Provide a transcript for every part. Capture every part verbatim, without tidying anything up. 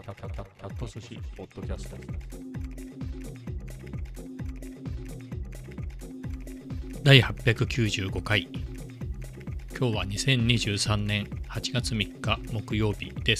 キャキャキャキャット寿司ポッドキャストだいはっぴゃくきゅうじゅうごかい。今日はにせんにじゅうさんねんはちがつみっか木曜日です。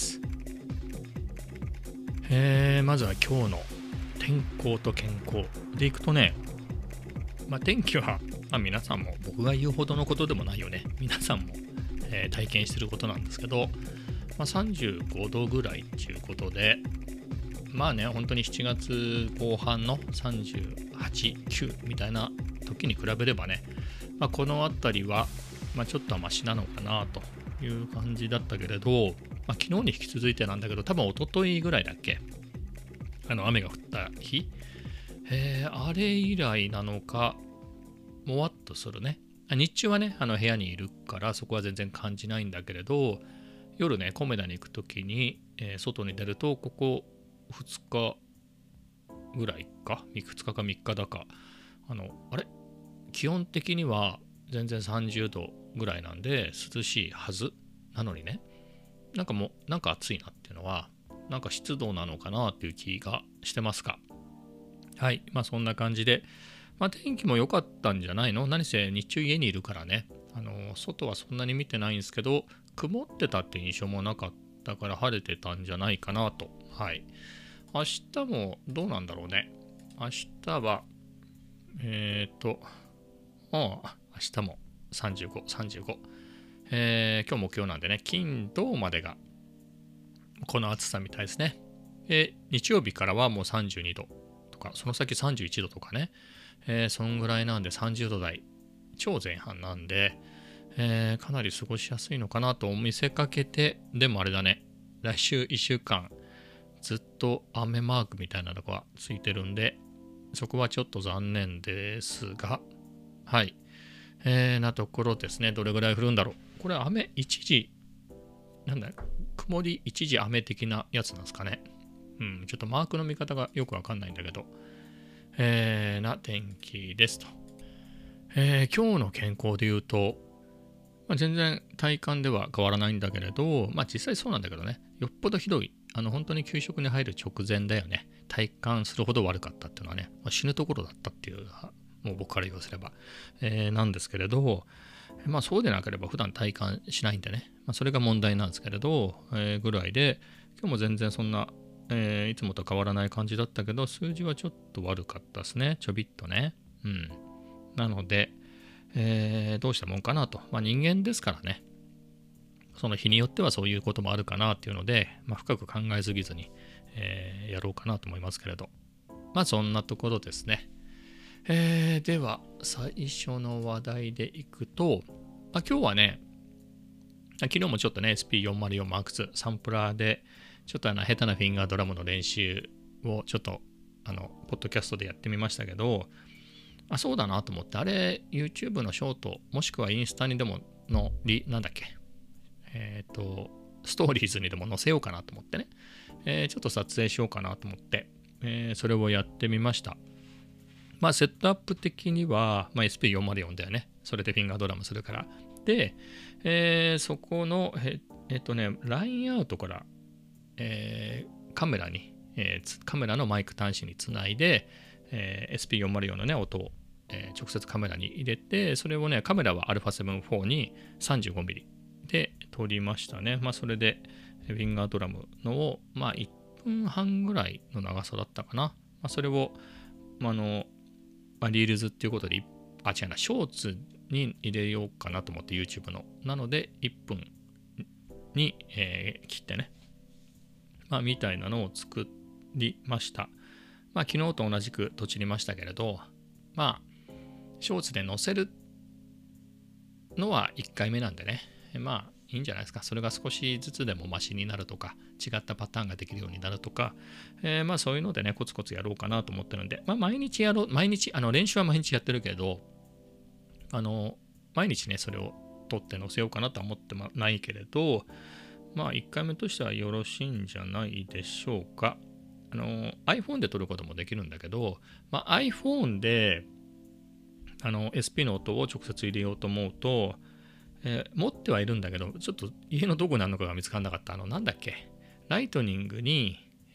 えー、まずは今日の天候と健康でいくとね、まあ、天気は、まあ、皆さんも僕が言うほどのことでもないよね。皆さんも、えー、体験してることなんですけど、まあ、さんじゅうごどぐらいということで、まあね、本当にしちがつこう半のさんじゅうはち、きゅうみたいな時に比べればね、まあ、この辺りは、まあ、ちょっとはマシなのかなという感じだったけれど、まあ、昨日に引き続いてなんだけど、多分一昨日ぐらいだっけ、あの雨が降った日、えー、あれ以来なのか、もわっとするね。日中はね、あの部屋にいるからそこは全然感じないんだけれど、夜ね、コメダに行くときに、えー、外に出ると、ここふつかぐらいか、ふつかかみっかだか、あの、あれ気温的には全然さんじゅうどぐらいなんで涼しいはずなのにね、なんかもう、なんか暑いなっていうのは、なんか湿度なのかなっていう気がしてますか。はい、まあそんな感じで、まあ天気も良かったんじゃないの？何せ日中家にいるからね、あの、外はそんなに見てないんですけど、曇ってたって印象もなかったから晴れてたんじゃないかなと。はい。明日もどうなんだろうね。明日は、えっと、ああ、明日もさんじゅうご、さんじゅうご。えー、今日木曜なんでね、金、土までがこの暑さみたいですね。で、日曜日からはもうさんじゅうにどとか、その先さんじゅういちどとかね、えー、そんぐらいなんでさんじゅうど台、超前半なんで、えー、かなり過ごしやすいのかなと見せかけて、でもあれだね、来週いっしゅうかんずっと雨マークみたいなのがついてるんで、そこはちょっと残念ですが、はい、えー、なところですね。どれぐらい降るんだろう。これ雨一時、なんだ、曇り一時雨的なやつなんですかね。うん、ちょっとマークの見方がよくわかんないんだけど、えー、な天気ですと。えー、今日の健康で言うと、まあ、全然体感では変わらないんだけれど、まあ実際そうなんだけどね、よっぽどひどい、あの本当に給食に入る直前だよね。体感するほど悪かったっていうのはね、まあ、死ぬところだったっていう、もう僕から言わせれば、えー、なんですけれど、まあそうでなければ普段体感しないんでね、まあ、それが問題なんですけれど、えー、ぐらいで、今日も全然そんな、えー、いつもと変わらない感じだったけど、数字はちょっと悪かったですね。ちょびっとね。うん。なので、えー、どうしたもんかなと。まあ人間ですからね。その日によってはそういうこともあるかなっていうので、まあ、深く考えすぎずに、えー、やろうかなと思いますけれど。まあそんなところですね。えー、では最初の話題でいくと、まあ、今日はね、昨日もちょっとね エスピーよんまるよんマークツー サンプラーでちょっとあの下手なフィンガードラムの練習をちょっとあのポッドキャストでやってみましたけど、あ、そうだなと思って、あれ YouTube のショートもしくはインスタにでものリなんだっけえっ、ー、とストーリーズにでも載せようかなと思ってね、えー、ちょっと撮影しようかなと思って、えー、それをやってみました。まあセットアップ的には、まあ、エスピーよんまるよん だよね。それでフィンガードラムするから。で、えー、そこのええっ、ー、とねラインアウトから、えー、カメラに、えー、カメラのマイク端子につないで、えー、エスピーよんまるよん のね音を、えー、直接カメラに入れて、それをねカメラは アルファセブンフォー に さんじゅうごミリで撮りましたね。まあそれでフィンガードラムのをまあいっぷんはんぐらいの長さだったかな。まあ、それを、まあのまあ、リールズっていうことで、あ、違うな、ショーツに入れようかなと思って YouTube の。なのでいっぷんに、えー、切ってね。まあみたいなのを作りました。まあ昨日と同じくとちりましたけれど、まあショーツで載せるのはいっかいめなんでね。まあいいんじゃないですか。それが少しずつでもマシになるとか、違ったパターンができるようになるとか、えー、まあそういうのでね、コツコツやろうかなと思ってるんで、まあ毎日やろう、毎日、あの練習は毎日やってるけど、あの、毎日ね、それを撮って載せようかなとは思ってないけれど、まあいっかいめとしてはよろしいんじゃないでしょうか。あの、iPhone で撮ることもできるんだけど、まあ iPhone で、あの、エスピー の音を直接入れようと思うと、えー、持ってはいるんだけど、ちょっと家のどこにあるのかが見つからなかった。あの、なんだっけ、ライトニングに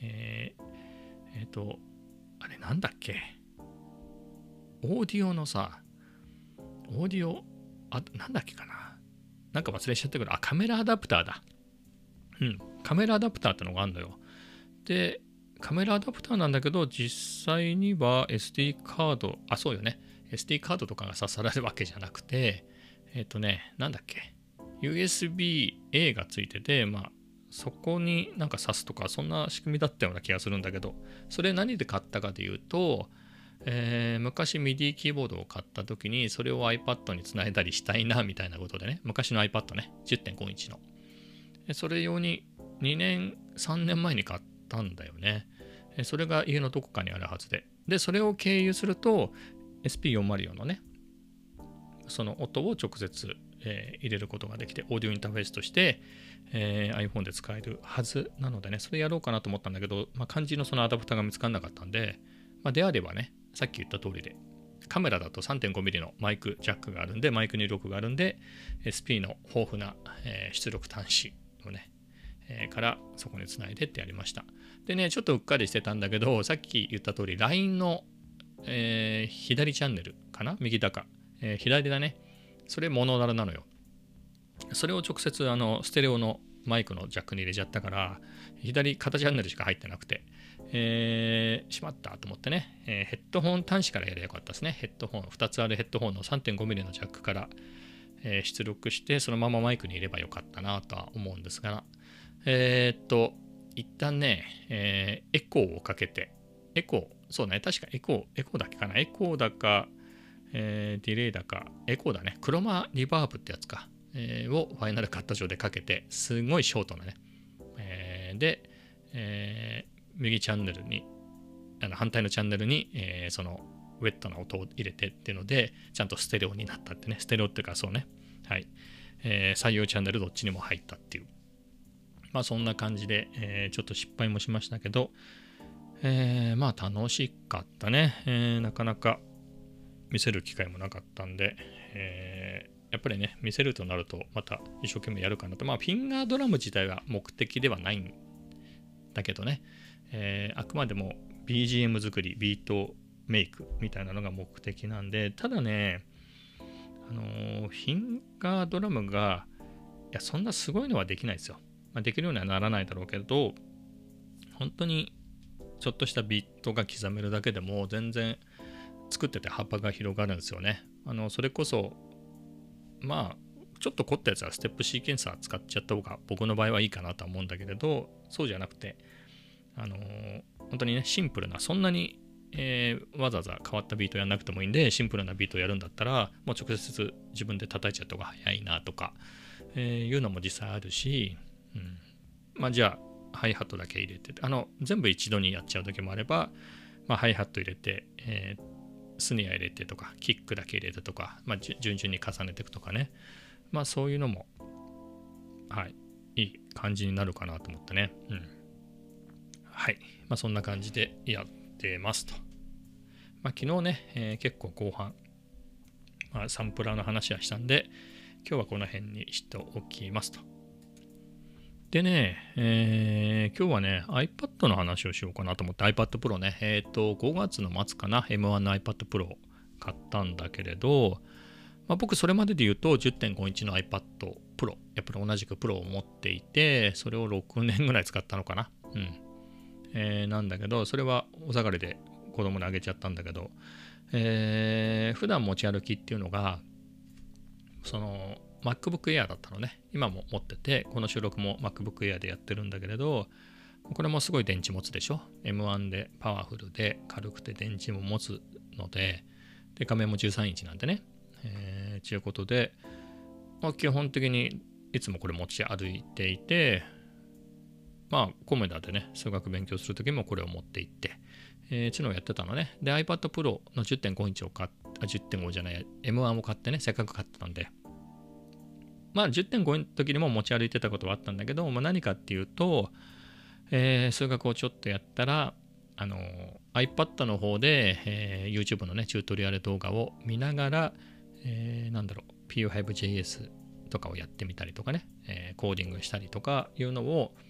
えー、えーと、あれなんだっけ、オーディオのさ、オーディオ、あ、なんだっけかな。なんか忘れちゃったけど、あ、カメラアダプターだ。うん、カメラアダプターってのがあるのよ。で、カメラアダプターなんだけど、実際には エスディー カード、あ、そうよね。エスディー カードとかが刺されるわけじゃなくて、えっとね、なんだっけ。ユーエスビーエー がついてて、まあ、そこになんか挿すとか、そんな仕組みだったような気がするんだけど、それ何で買ったかでいうと、えー、昔 ミディ キーボードを買った時に、それを iPad につないだりしたいな、みたいなことでね、昔の iPad ね、じゅってんごインチの。それ用ににねん、さんねんまえに買ったんだよね。それが家のどこかにあるはずで。で、それを経由すると エスピーよんまるよん のね、その音を直接、えー、入れることができて、オーディオインターフェースとして、えー、iPhone で使えるはずなのでね、それやろうかなと思ったんだけど、まあ、肝心のそのアダプターが見つからなかったんで、まあ、であればね、さっき言った通りで、カメラだと さんてんごミリ のマイクジャックがあるんで、マイク入力があるんで、エスピー の豊富な、えー、出力端子をね、えー、からそこにつないでってやりました。でね、ちょっとうっかりしてたんだけど、さっき言った通り、ライン の、えー、左チャンネルかな右だか、えー、左だね。それモノラルなのよ。それを直接あのステレオのマイクのジャックに入れちゃったから、左片チャンネルしか入ってなくて、えー、しまったと思ってね、えー、ヘッドホン端子からやればよかったですね。ヘッドホン、ふたつあるヘッドホンの さんてんごミリ のジャックから、えー、出力して、そのままマイクに入ればよかったなとは思うんですが、えー、っと、一旦ね、えー、エコーをかけて、エコー、そうね、確かエコー、エコーだけかな、エコーだか、えー、ディレイだか、エコーだね、クロマリバーブってやつか、えー、をファイナルカット上でかけて、すごいショートなね、えー、で、えー、右チャンネルに、あの反対のチャンネルに、えー、そのウェットな音を入れてっていうので、ちゃんとステレオになったってね、ステレオっていうかそうね、はい、えー、左右チャンネルどっちにも入ったっていう。まあそんな感じで、えー、ちょっと失敗もしましたけど、えー、まあ楽しかったね、えー。なかなか見せる機会もなかったんで、えー、やっぱりね、見せるとなるとまた一生懸命やるかなと。まあフィンガードラム自体は目的ではないんだけどね、えー、あくまでも ビージーエム 作り、ビートメイクみたいなのが目的なんで、ただね、あのー、フィンガードラムが、いや、そんなすごいのはできないですよ。まあ、できるようにはならないだろうけど、本当にちょっとしたビートが刻めるだけでも全然作ってて幅が広がるんですよね。あのそれこそまあちょっと凝ったやつはステップシーケンサー使っちゃった方が僕の場合はいいかなとは思うんだけれど、そうじゃなくてあのー、本当にねシンプルな、そんなに、えー、わざわざ変わったビートやんなくてもいいんで、シンプルなビートやるんだったらもう直接自分で叩いちゃった方が早いなとか、えー、いうのも実際あるし、うん、まあじゃあハイハットだけ入れて、あの全部一度にやっちゃう時もあれば、まあ、ハイハット入れて、えー、スニア入れてとかキックだけ入れてとか、まあ、順々に重ねていくとかね、まあそういうのもはいいい感じになるかなと思ってね、うん、はい、まあそんな感じでやってますと。まあ昨日ね、えー、結構後半、まあ、サンプラーの話はしたんで、今日はこの辺にしておきますと。でね、えー、今日はね、iPad の話をしようかなと思って、iPad Pro ね、えっと、ごがつの末かな、エムワン の iPad Pro を買ったんだけれど、まあ、僕それまでで言うと じゅってんごインチの iPad Pro、やっぱり同じく Pro を持っていて、それをろくねんぐらい使ったのかな。うん。えー、なんだけど、それはお下がりで子供にあげちゃったんだけど、えー、普段持ち歩きっていうのが、その、MacBook Air だったのね。今も持ってて、この収録も MacBook Air でやってるんだけれど、これもすごい電池持つでしょ。エムワン でパワフルで軽くて電池も持つので、で画面もじゅうさんインチなんでね。えー、ということで、まあ、基本的にいつもこれ持ち歩いていて、まあ、コメダでね、数学勉強するときもこれを持って行って、えー、ちのをやってたのね。で、iPad Pro の じゅってんごインチを買って、あ、じゅってんごじゃない、エムワン を買ってね、せっかく買ったんで、まあ じゅってんごの時にも持ち歩いてたことはあったんだけど、まあ、何かっていうと、えー、数学をちょっとやったら、あの iPad の方で、えー、YouTube のね、チュートリアル動画を見ながら、えー、なんだろう、ピーユーファイブジェイエス とかをやってみたりとかね、えー、コーディングしたりとかいうのを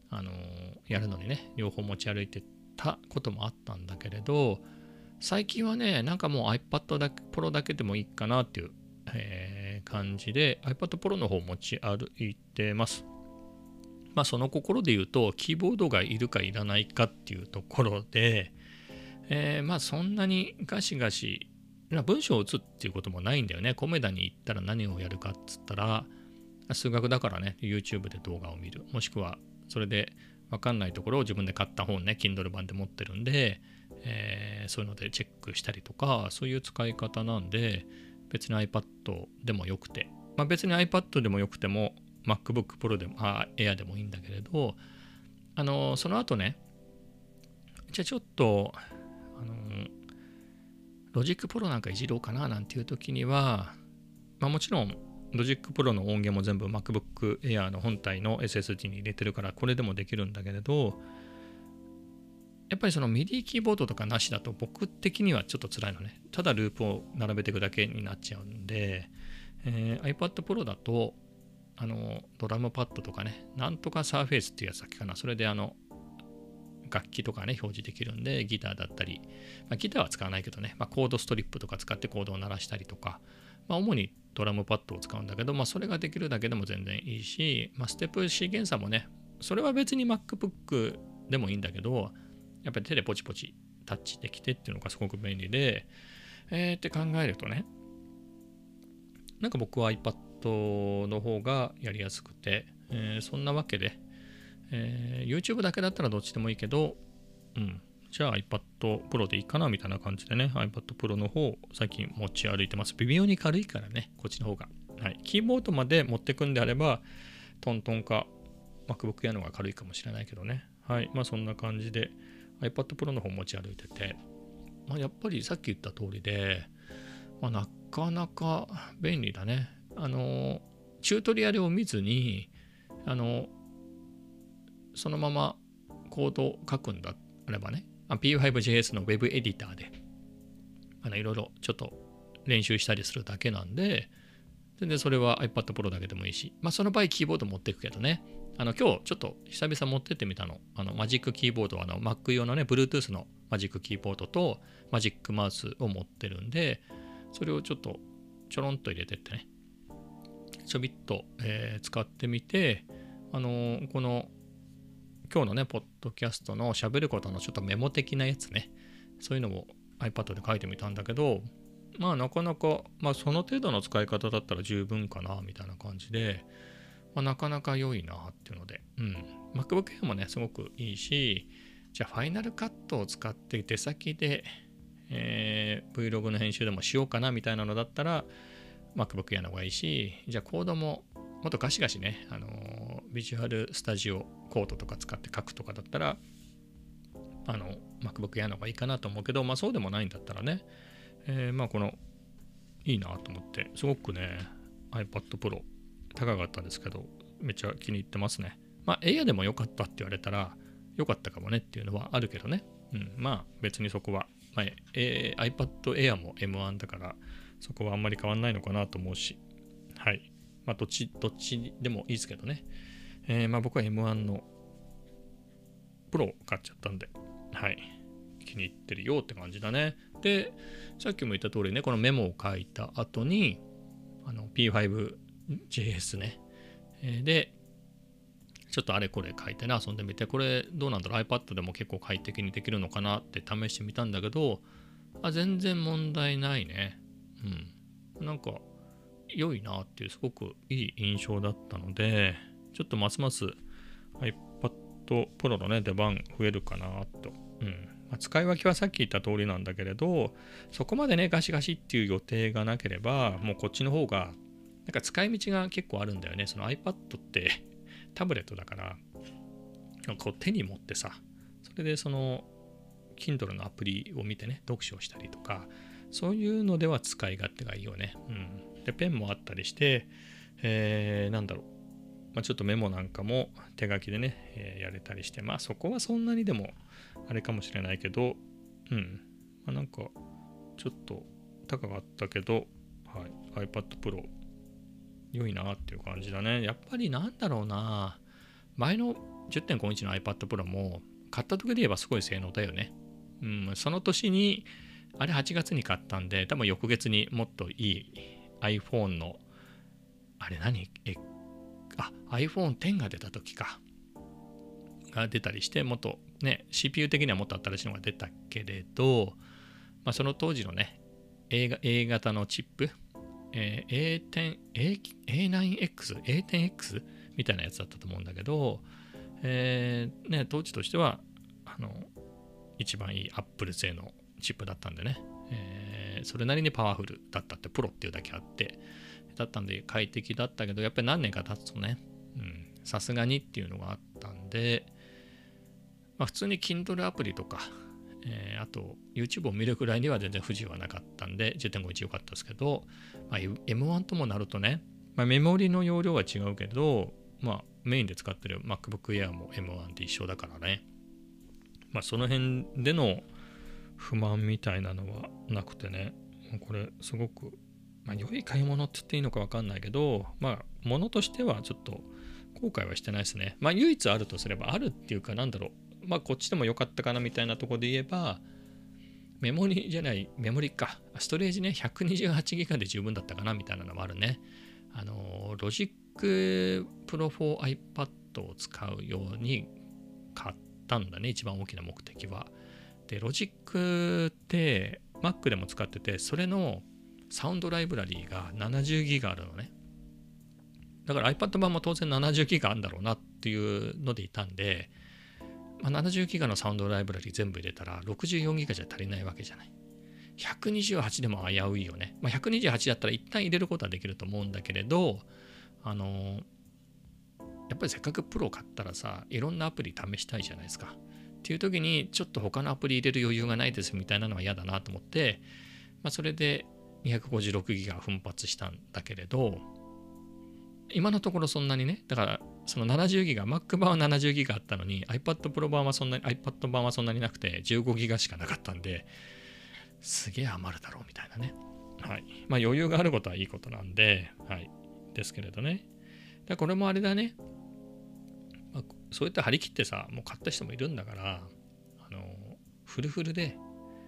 あのやるのにね、両方持ち歩いてたこともあったんだけれど、最近はね、なんかもう iPad だけ Pro だけでもいいかなっていう、えー感じで iPad Pro の方を持ち歩いてます。まあその心で言うと、キーボードがいるかいらないかっていうところで、えーまあそんなにガシガシ文章を打つっていうこともないんだよね。コメダに行ったら何をやるかっつったら、数学だからね、YouTube で動画を見る。もしくは、それで分かんないところを自分で買った本ね、Kindle 版で持ってるんで、えーそういうのでチェックしたりとか、そういう使い方なんで、別に iPad でもよくて、まあ別に iPad でもよくても、MacBook Pro でも、あ、Air でもいいんだけれど、あの、その後ね、じゃあちょっと、あの、ロジックプロなんかいじろうかななんていう時には、まあもちろん、ロジックプロの音源も全部 MacBook Air の本体の エスエスディー に入れてるから、これでもできるんだけれど、やっぱりその ミディ キーボードとかなしだと僕的にはちょっと辛いのね。ただループを並べていくだけになっちゃうんで、えー、iPad Pro だと、あの、ドラムパッドとかね、なんとかサーフェイスっていうやつだっけかな。それであの、楽器とかね、表示できるんで、ギターだったり、まあ、ギターは使わないけどね、まあ、コードストリップとか使ってコードを鳴らしたりとか、まあ、主にドラムパッドを使うんだけど、まあ、それができるだけでも全然いいし、まあ、ステップシーケンサーもね、それは別に MacBook でもいいんだけど、やっぱり手でポチポチタッチできてっていうのがすごく便利で、えー、って考えるとね、なんか僕は iPad の方がやりやすくて、えー、そんなわけで、えー、YouTube だけだったらどっちでもいいけど、うん、じゃあ iPad Pro でいいかなみたいな感じでね、iPad Pro の方を最近持ち歩いてます。微妙に軽いからね、こっちの方が。はい、キーボードまで持ってくんであれば、トントンか MacBook やのが軽いかもしれないけどね。はい、まあそんな感じで iPad Pro の方持ち歩いてて、まあ、やっぱりさっき言った通りで、まあ、なかなか便利だね。あの、チュートリアルを見ずに、あの、そのままコードを書くんだあればね、ピーファイブジェイエス の Web エディターで、あのいろいろちょっと練習したりするだけなんで、全然それは iPad Pro だけでもいいし、まあその場合キーボード持っていくけどね、あの今日ちょっと久々持ってってみたの。あのマジックキーボードはあの Mac 用のね、Bluetooth のマジックキーボードとマジックマウスを持ってるんで、それをちょっとちょろんと入れてってね、ちょびっと、えー使ってみて、あのーこの今日のね、ポッドキャストの喋ることのちょっとメモ的なやつね、そういうのを iPad で書いてみたんだけど、まあなかなか、まあその程度の使い方だったら十分かな、みたいな感じで、まあ、なかなか良いなっていうので、うん。MacBook Air もね、すごくいいし、じゃあ Final Cut を使って出先で、えー、Vlog の編集でもしようかな、みたいなのだったら、MacBook Air の方がいいし、じゃあコードももっとガシガシね、あのー、ビジュアルスタジオコードとか使って書くとかだったら、あの、MacBook Air の方がいいかなと思うけど、まあそうでもないんだったらね、えー、まあこの、いいなと思って、すごくね、iPad Pro 高かったんですけど、めっちゃ気に入ってますね。まあ Air でも良かったって言われたら、良かったかもねっていうのはあるけどね。うん、まあ別にそこは、まあえー、iPad Air も エムワン だから、そこはあんまり変わんないのかなと思うし、はい。まあ、どっち、どっちでもいいですけどね。えー、まあ僕は エムワン のプロを買っちゃったんで、はい。気に入ってるよって感じだね。で、さっきも言った通りね、このメモを書いた後に、あの ピーファイブジェイエス ね。えー、で、ちょっとあれこれ書いてね、遊んでみて、これどうなんだろう、iPad でも結構快適にできるのかなって試してみたんだけど、あ、全然問題ないね。うん。なんか、良いなっていうすごくいい印象だったので、ちょっとますます iPad Pro のね、出番増えるかなと。うん。まあ、使い分けはさっき言った通りなんだけれど、そこまでね、ガシガシっていう予定がなければ、もうこっちの方が、なんか使い道が結構あるんだよね。その iPad ってタブレットだから、こう手に持ってさ、それでその Kindle のアプリを見てね、読書をしたりとか、そういうのでは使い勝手がいいよね。うん。で、ペンもあったりして、えー、なんだろう。まあ、ちょっとメモなんかも手書きでね、えー、やれたりして、まあそこはそんなにでもあれかもしれないけど、うん。まあ、なんか、ちょっと高かったけど、はい、iPad Pro、良いなっていう感じだね。やっぱりなんだろうな。 前の じゅってんごインチの iPad Pro も買った時で言えばすごい性能だよね。うん、その年に、あれはちがつに買ったんで、多分翌月にもっといい iPhone の、あれ何え、あ、アイフォーンテン が出た時か。が出たりして、もっとね、シーピーユー 的にはもっと新しいのが出たけれど、まあ、その当時のね、A, A 型のチップ、えー、エーテン、エーナインエックス、エーテンエックス みたいなやつだったと思うんだけど、えーね、当時としてはあの一番いい Apple 製のチップだったんでね、えー、それなりにパワフルだったって、プロっていうだけあって、だったんで快適だったけど、やっぱり何年か経つとね、さすがにっていうのがあったんで、まあ、普通に Kindle アプリとか、えー、あと YouTube を見るくらいには全然不自由はなかったんで じゅってんごインチ良かったですけど、まあ、エムワン ともなるとね、まあ、メモリの容量は違うけど、まあ、メインで使ってる MacBook Air も エムワン で一緒だからね、まあ、その辺での不満みたいなのはなくてね、これすごく、まあ、良い買い物って言っていいのか分かんないけど、まあ物としてはちょっと後悔はしてないですね。まあ唯一あるとすれば、あるっていうかなんだろう、まあこっちでも良かったかなみたいなところで言えば、メモリじゃない、メモリか、ストレージね、ひゃくにじゅうはちギガで十分だったかなみたいなのもあるね。あの、Logic Pro フォー iPad を使うように買ったんだね、一番大きな目的は。で、Logic って Mac でも使ってて、それのサウンドライブラリーがななじゅうギガあるのね。だから iPad 版も当然ななじゅうギガあるんだろうなっていうのでいたんで、まあ、ななじゅうギガのサウンドライブラリー全部入れたらろくじゅうよんギガじゃ足りないわけじゃない。ひゃくにじゅうはちでも危ういよね。まあ、ひゃくにじゅうはちだったら一旦入れることはできると思うんだけれど、あのやっぱりせっかくプロ買ったらさ、いろんなアプリ試したいじゃないですか。っていう時にちょっと他のアプリ入れる余裕がないですみたいなのは嫌だなと思って、まあ、それでにひゃくごじゅうろくギガ奮発したんだけれど、今のところそんなにね、だからそのななじゅうギガ、Mac 版はななじゅうギガあったのに iPad Pro 版はそんなに iPad 版はそんなになくてじゅうごギガしかなかったんで、すげえ余るだろうみたいなね。はい。まあ余裕があることはいいことなんで、はい。ですけれどね。だこれもあれだね。まあ、そういった張り切ってさ、もう買った人もいるんだから、あの、フルフルで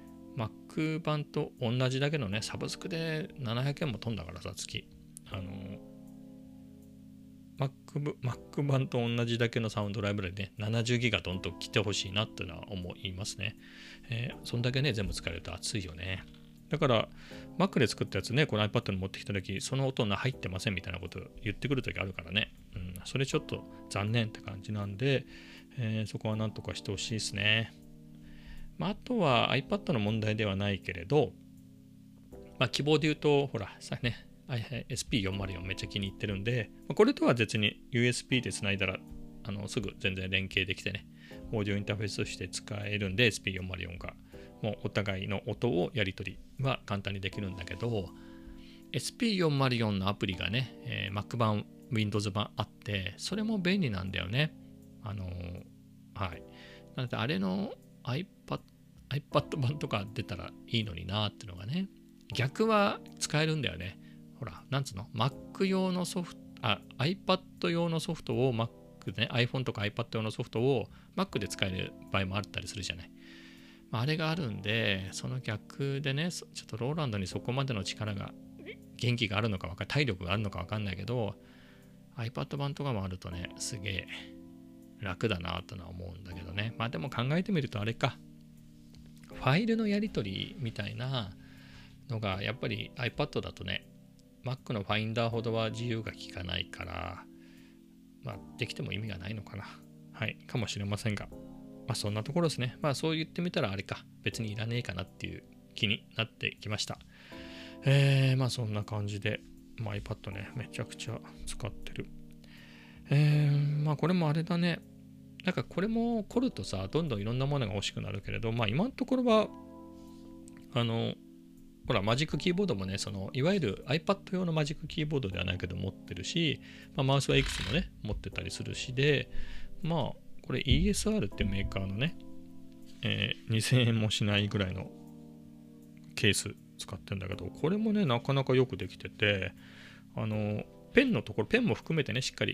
Mac 版と同じだけのね、サブスクでななひゃくえんも飛んだからさ、月。あの、Mac, Mac 版と同じだけのサウンドライブラリね、ななじゅうギガどんと来てほしいなっていうのは思いますね。えー、そんだけね、全部使えると熱いよね。だから、Mac で作ったやつね、この iPad に持ってきたとき、その音が入ってませんみたいなことを言ってくるときあるからね。うん、それちょっと残念って感じなんで、えー、そこはなんとかしてほしいですね。まあ、あとは iPad の問題ではないけれど、まあ、希望で言うと、ほら、さね、エスピーよんまるよん めっちゃ気に入ってるんで、これとは別に ユーエスビー でつないだらあのすぐ全然連携できてね、オーディオインターフェースとして使えるんで エスピーよんまるよん がもうお互いの音をやり取りは簡単にできるんだけど、 エスピーよんまるよん のアプリがね、えー、Mac 版 Windows 版あって、それも便利なんだよね。あのー、はいなのであれの iPad, iPad 版とか出たらいいのになっていうのがね、逆は使えるんだよね。ほら、なんつうの ?Mac 用のソフト、あ、iPad 用のソフトを Mac でね、iPhone とか iPad 用のソフトを Mac で使える場合もあったりするじゃない。まあ、あれがあるんで、その逆でね、ちょっとローランドにそこまでの力が、元気があるのか分かんない、体力があるのか分かんないけど、iPad 版とかもあるとね、すげえ楽だなとは思うんだけどね。まあでも考えてみるとあれか。ファイルのやり取りみたいなのがやっぱり iPad だとね、Mac の Finder ほどは自由が利かないから、まあ、できても意味がないのかな。はい、かもしれませんが。まあ、そんなところですね。まあ、そう言ってみたらあれか。別にいらねえかなっていう気になってきました。えー、まあ、そんな感じで、まあ、iPad ね、めちゃくちゃ使ってる。えー、まあ、これもあれだね。なんかこれも凝るとさ、どんどんいろんなものが欲しくなるけれど、まあ、今のところは、あの、ほらマジックキーボードもね、そのいわゆる iPad 用のマジックキーボードではないけど持ってるし、まあ、マウスはいくつもね持ってたりするしで、まあこれ イーエスアール っていうメーカーのね、えー、にせんえんもしないぐらいのケース使ってるんだけど、これもねなかなかよくできてて、あのペンのところ、ペンも含めてねしっかり、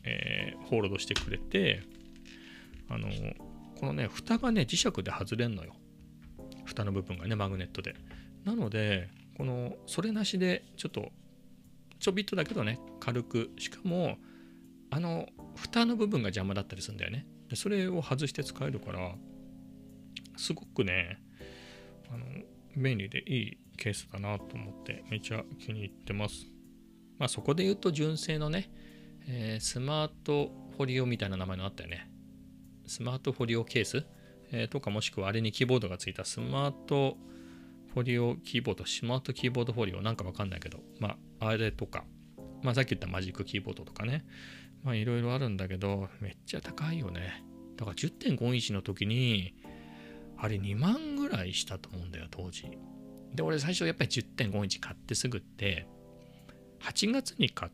えー、ホールドしてくれて、あのこのね蓋がね磁石で外れんのよ。蓋の部分がねマグネットで。なのでこのそれなしでちょっとちょびっとだけどね軽く、しかもあの蓋の部分が邪魔だったりするんだよね。でそれを外して使えるからすごくねあの便利でいいケースだなと思ってめちゃ気に入ってます。まあそこで言うと純正のね、えー、スマートフォリオみたいな名前のあったよね。スマートフォリオケース、えー、とかもしくはあれにキーボードがついたスマートフォリオキーボード、スマートキーボードフォリオなんかわかんないけど、まああれとか、まあさっき言ったマジックキーボードとかね、まあいろいろあるんだけどめっちゃ高いよね。だから じゅってんご インチの時にあれにまんぐらいしたと思うんだよ当時。で俺最初やっぱり じゅってんご インチ買ってすぐってはちがつに買って、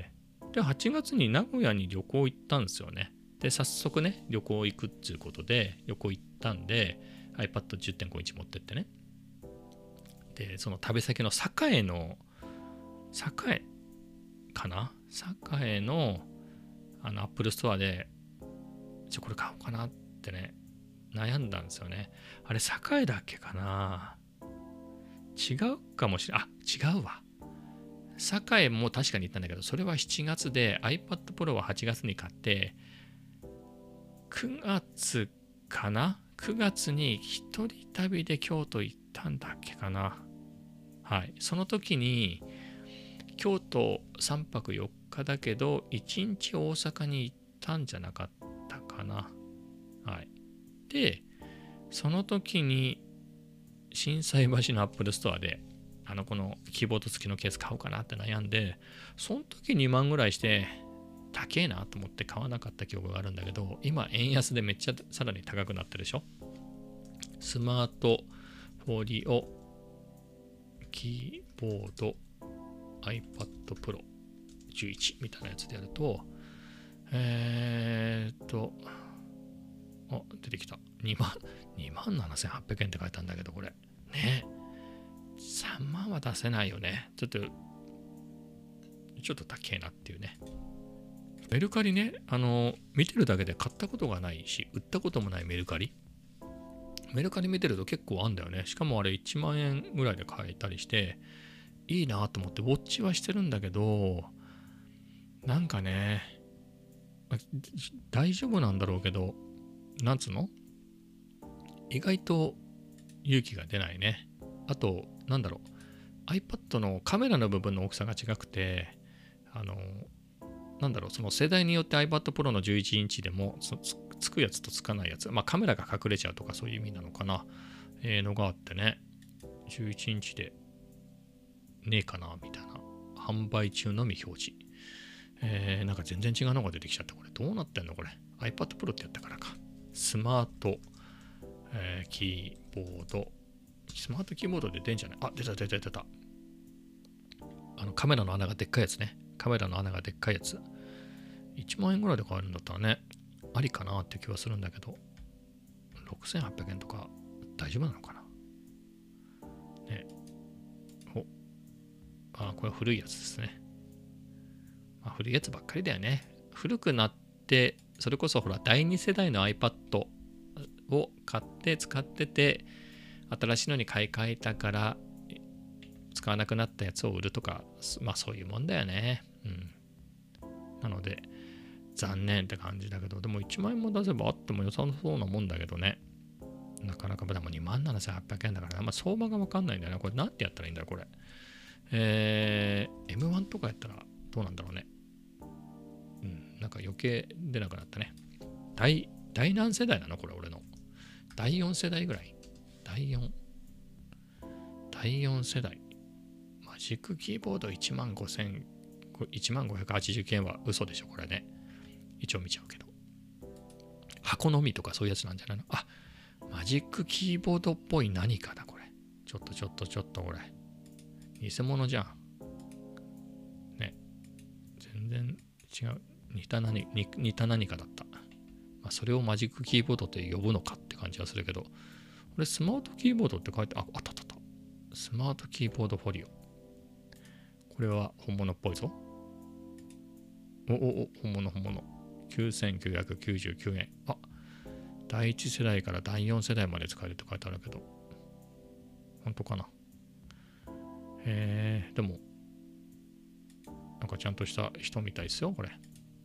ではちがつに名古屋に旅行行ったんですよね。で早速ね旅行行くっていうことで旅行行ったんで アイパッドじゅってんご インチ持ってってね、でその旅先の栄の栄かな栄のあのアップルストアでちょこれ買おうかなってね悩んだんですよね。あれ栄だっけかな、違うかもしれない。あ違うわ、栄も確かに行ったんだけどそれはしちがつで iPad Pro ははちがつに買ってくがつかな、くがつに一人旅で京都行ったんだっけかな。はい、その時に京都さんぱくよっかだけどいちにち大阪に行ったんじゃなかったかな。はい、でその時に心斎橋のアップルストアであのこのキーボード付きのケース買おうかなって悩んで、その時にまんぐらいして高えなと思って買わなかった記憶があるんだけど、今円安でめっちゃさらに高くなってるでしょ。スマートフォリオキーボード iPad Pro じゅういちみたいなやつでやるとえーっとあ出てきたにまんにまんななせんはっぴゃくえんって書いたんだけど、これねさんまんは出せないよね。ちょっとちょっと高えなっていうね。メルカリね、あの見てるだけで買ったことがないし売ったこともないメルカリメルカリ見てると結構あんだよね。しかもあれいちまんえんぐらいで買えたりしていいなと思ってウォッチはしてるんだけど、なんかね大丈夫なんだろうけど、なんつうの意外と勇気が出ないね。あとなんだろう iPad のカメラの部分の大きさが違くて、あのなんだろうその世代によって iPad Pro のじゅういちインチでも つ, つくやつとつかないやつ、まあカメラが隠れちゃうとかそういう意味なのかな、えー、のがあってね、じゅういちインチでねえかなみたいな、販売中のみ表示、えー、なんか全然違うのが出てきちゃった。これどうなってんのこれ。 iPad Pro ってやったからか。スマート、えー、キーボードスマートキーボードで出んじゃない。あ出た出た出た。あのカメラの穴がでっかいやつね。カメラの穴がでっかいやついちまんえんぐらいで買えるんだったらねありかなって気はするんだけど、ろくせんはっぴゃくえんとか大丈夫なのかなね。おあこれは古いやつですね。まあ、古いやつばっかりだよね。古くなってそれこそほらだいに世代の iPad を買って使ってて新しいのに買い替えたから使わなくなったやつを売るとか、まあそういうもんだよね。うん。なので残念って感じだけど、でもいちまんえんも出せばあっても良さそうなもんだけどね。なかなかでもにまんななせんはっぴゃくえんだから、まあ相場がわかんないんだよね。これなんてやったらいいんだよこれ。えー、エムワン とかやったらどうなんだろうね。うん、なんか余計出なくなったね。第、第何世代なのこれ俺の。だいよん世代ぐらい。だいよん。だいよん世代。マジックキーボードいちまんごせん、いちまんごひゃくはちじゅうきゅうえんは嘘でしょこれね。一応見ちゃうけど。箱のみとかそういうやつなんじゃないの。あ、マジックキーボードっぽい何かだこれ。ちょっとちょっとちょっとこれ。偽物じゃん。ね。全然違う。似た何、似た何かだった。まあ、それをマジックキーボードって呼ぶのかって感じはするけど、これスマートキーボードって書いて、あ、あったあったあった。スマートキーボードフォリオ。これは本物っぽいぞ。 おおお、本物本物。きゅうせんきゅうひゃくきゅうじゅうきゅうえん。あ、だいいち世代からだいよん世代まで使えるって書いてあるけど。本当かな。へえ、でも、なんかちゃんとした人みたいですよ、これ。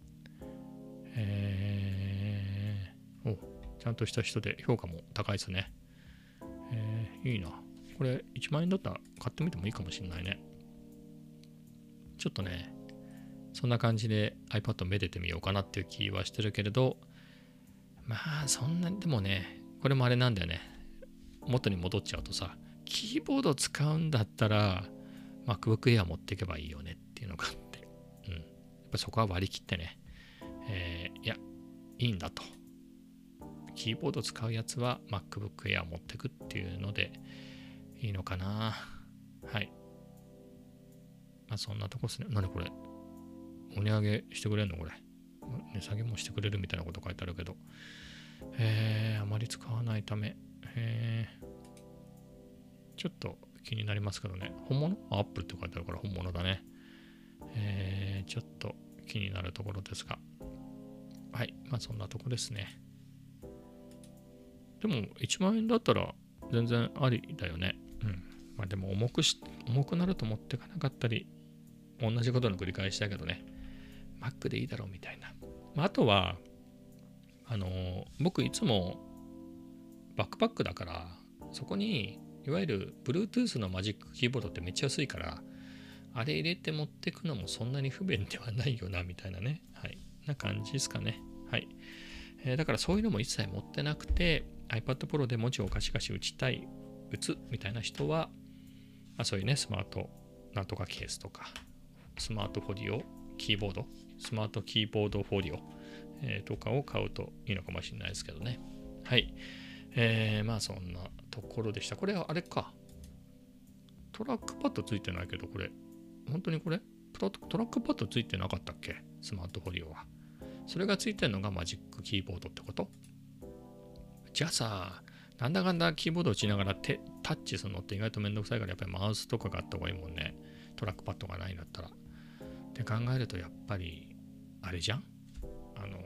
えー、お、ちゃんとした人で評価も高いですね。えー、いいな。これいちまんえんだったら買ってみてもいいかもしれないね。ちょっとね、そんな感じで iPad めでてみようかなっていう気はしてるけれど、まあそんなにでもね、これもあれなんだよね。元に戻っちゃうとさ、キーボード使うんだったら MacBook Air 持っていけばいいよねっていうのがあって、うん。やっぱそこは割り切ってね、えー、いや、いいんだと。キーボード使うやつは MacBook Air 持ってくっていうのでいいのかな。はい。まあそんなとこですね。何これ。お値上げしてくれるのこれ。値下げもしてくれるみたいなこと書いてあるけど。えー、あまり使わないため。えー、ちょっと気になりますけどね。本物？アップルって書いてあるから本物だね。えー、ちょっと気になるところですが。はい。まあそんなとこですね。でもいちまんえんだったら全然ありだよね。うん。まあでも重くし、重くなると持ってかなかったり、同じことの繰り返しだけどね。Mac でいいだろうみたいな。まあ、あとは、あのー、僕いつもバックパックだから、そこにいわゆる Bluetooth のマジックキーボードってめっちゃ安いから、あれ入れて持ってくのもそんなに不便ではないよなみたいなね。はい。な感じですかね。はい。えー、だからそういうのも一切持ってなくて、iPad Pro で文字をカシカシ打ちたい、打つみたいな人は、まあ、そういうね、スマートなんとかケースとか、スマートフォリオ、キーボード、スマートキーボードフォリオ、えー、とかを買うといいのかもしれないですけどね。はい。えー、まあそんなところでした。これはあれか。トラックパッドついてないけど、これ、本当にこれトラックパッドついてなかったっけ？スマートフォリオは。それがついてるのがマジックキーボードってこと？じゃあさ、なんだかんだキーボード打ちながら手タッチするのって意外とめんどくさいから、やっぱりマウスとかがあった方がいいもんね。トラックパッドがないんだったら。って考えるとやっぱりあれじゃん、あの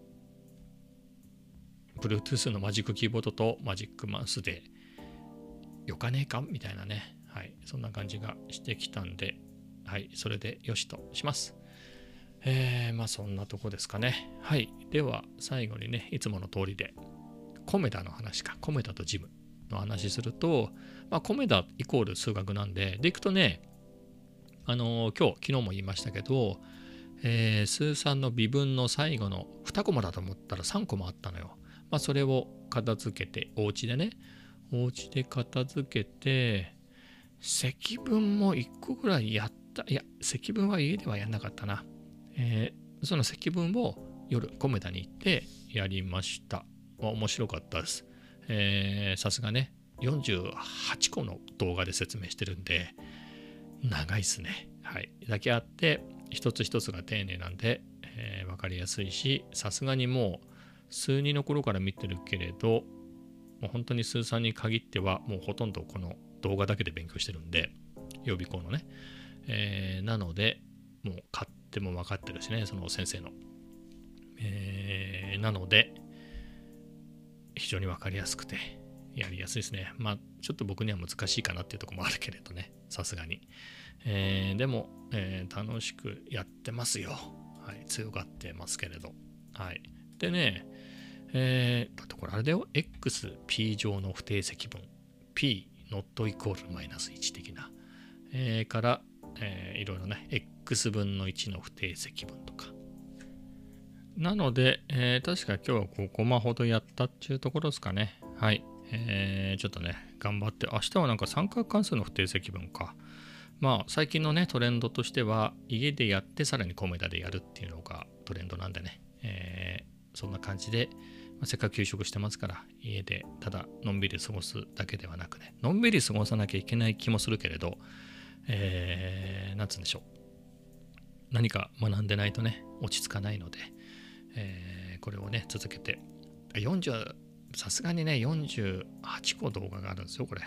Bluetooth のマジックキーボードとマジックマウスでよかねえかみたいなね。はい。そんな感じがしてきたんで、はい。それでよしとします。えー、まあそんなとこですかね。はい。では最後にね、いつもの通りでコメダの話か。コメダとジムの話すると、まあコメダイコール数学なんで、でいくとね、あのー、今日、昨日も言いましたけど、えー、数さんの微分の最後のにコマだと思ったらさんコマあったのよ。まあ、それを片付けて、お家でね、お家で片付けて、積分もいっこぐらいやった。いや、積分は家ではやんなかったな。えー、その積分を夜、コメダに行ってやりました。面白かったです。えー、さすがね、よんじゅうはちこの動画で説明してるんで、長いですね。はい。だけあって、一つ一つが丁寧なんで、えー、分かりやすいし、さすがにもう数にの頃から見てるけれど、もう本当に数さんに限っては、もうほとんどこの動画だけで勉強してるんで、予備校のね。えー、なので、もう買っても分かってるしね、その先生の。えー、なので、非常に分かりやすくて、やりやすいですね。まあ、ちょっと僕には難しいかなっていうところもあるけれどね、さすがに。えー、でも、えー、楽しくやってますよ。はい、強がってますけれど。はい。でね、えー、だってこれあれだよ、エックスピー 乗の不定積分、P not equal マイナスいち的な、えー、から、えー、いろいろね、X 分のいちの不定積分とか。なので、えー、確か今日はごコマほどやったっていうところですかね。はい。えー、ちょっとね、頑張って、明日はなんか三角関数の不定積分か。まあ、最近のね、トレンドとしては、家でやって、さらにコメダでやるっていうのがトレンドなんでね、えー、そんな感じで、まあ、せっかく休職してますから、家でただのんびり過ごすだけではなくね、のんびり過ごさなきゃいけない気もするけれど、えー、なんつうんでしょう。何か学んでないとね、落ち着かないので、えー、これをね、続けて、よんじゅう、さすがにね、よんじゅうはちこ動画があるんですよ、これ。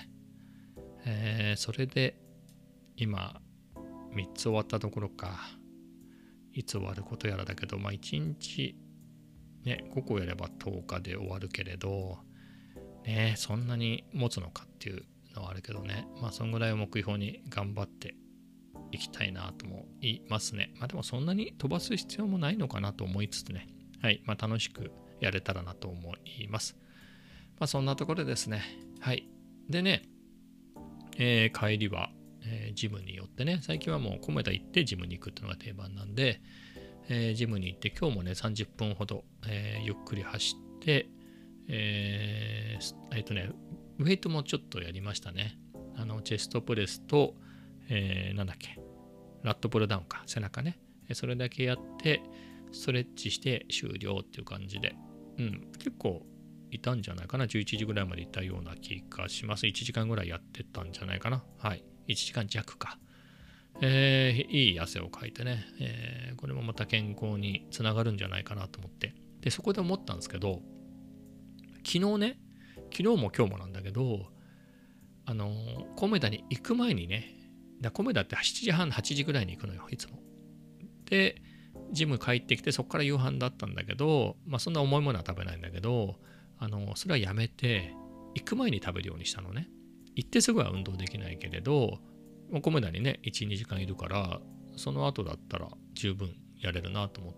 えー、それで、今、みっつ終わったところか。 いつ終わることやらだけど、まあいちにちね、ごこやればとおかで終わるけれど、ね、そんなに持つのかっていうのはあるけどね、まあそんぐらいを目標に頑張っていきたいなと思いますね。まあでもそんなに飛ばす必要もないのかなと思いつつね、はい、まあ楽しくやれたらなと思います。まあそんなところですね。はい。でね、えー、帰りは、えー、ジムによってね、最近はもうコメダ行ってジムに行くっていうのが定番なんで、えー、ジムに行って今日もねさんじゅっぷんほど、えー、ゆっくり走って、えー、えっとねウェイトもちょっとやりましたね。あのチェストプレスと、えー、なんだっけラットプルダウンか、背中ね、それだけやってストレッチして終了っていう感じで、うん、結構いたんじゃないかな。じゅういちじぐらいまでいたような気がします。いちじかんぐらいやってたんじゃないかな。はい、いちじかん弱か。えー、いい汗をかいてね、えー、これもまた健康につながるんじゃないかなと思って、でそこで思ったんですけど、昨日ね、昨日も今日もなんだけど、あのー、コメダに行く前にね、だコメダってしちじはんはちじぐらいに行くのよいつも。でジム帰ってきてそこから夕飯だったんだけど、まあそんな重いものは食べないんだけど、あのー、それはやめて行く前に食べるようにしたのね。行ってすぐは運動できないけれど、コメダにねいち、にじかんいるから、その後だったら十分やれるなと思って、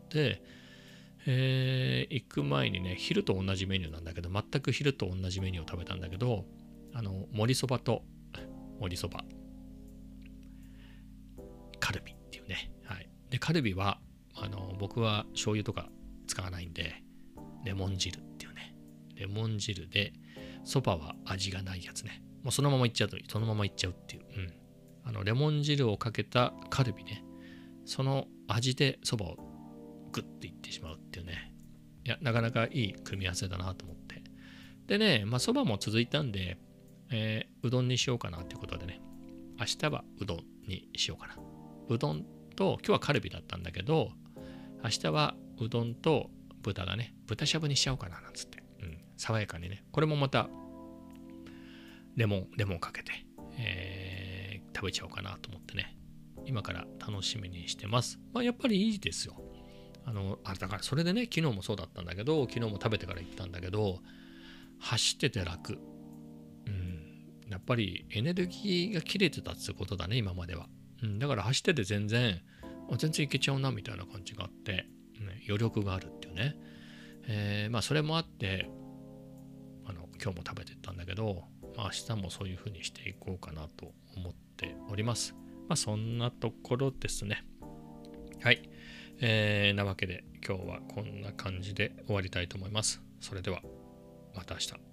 えー、行く前にね昼と同じメニューなんだけど、全く昼と同じメニューを食べたんだけど、あの盛りそばと盛りそばカルビっていうね、はい、でカルビはあの僕は醤油とか使わないんでレモン汁っていうね、レモン汁でそばは味がないやつね、もうそのままいっちゃうとそのままいっちゃうっていう、うんあのレモン汁をかけたカルビね、その味でそばをグッていってしまうっていうね、いやなかなかいい組み合わせだなと思って、でねまあそばも続いたんで、えー、うどんにしようかなっていうことでね、明日はうどんにしようかな。うどんと今日はカルビだったんだけど、明日はうどんと豚がね豚しゃぶにしちゃおうかななんつって、うん、爽やかにね、これもまたレモンレモンかけて、えー食べちゃおうかなと思ってね、今から楽しみにしてます。まあやっぱりいいですよ。あのあれだからそれでね、昨日もそうだったんだけど、昨日も食べてから行ったんだけど、走ってて楽。うん、やっぱりエネルギーが切れてたってことだね今までは。うん、だから走ってて全然全然いけちゃうなみたいな感じがあって、ね、余力があるっていうね。えー、まあそれもあってあの今日も食べてったんだけど、まあ、明日もそういう風にしていこうかなと思っております。まあそんなところですね。はい、えー、なわけで今日はこんな感じで終わりたいと思います。それではまた明日。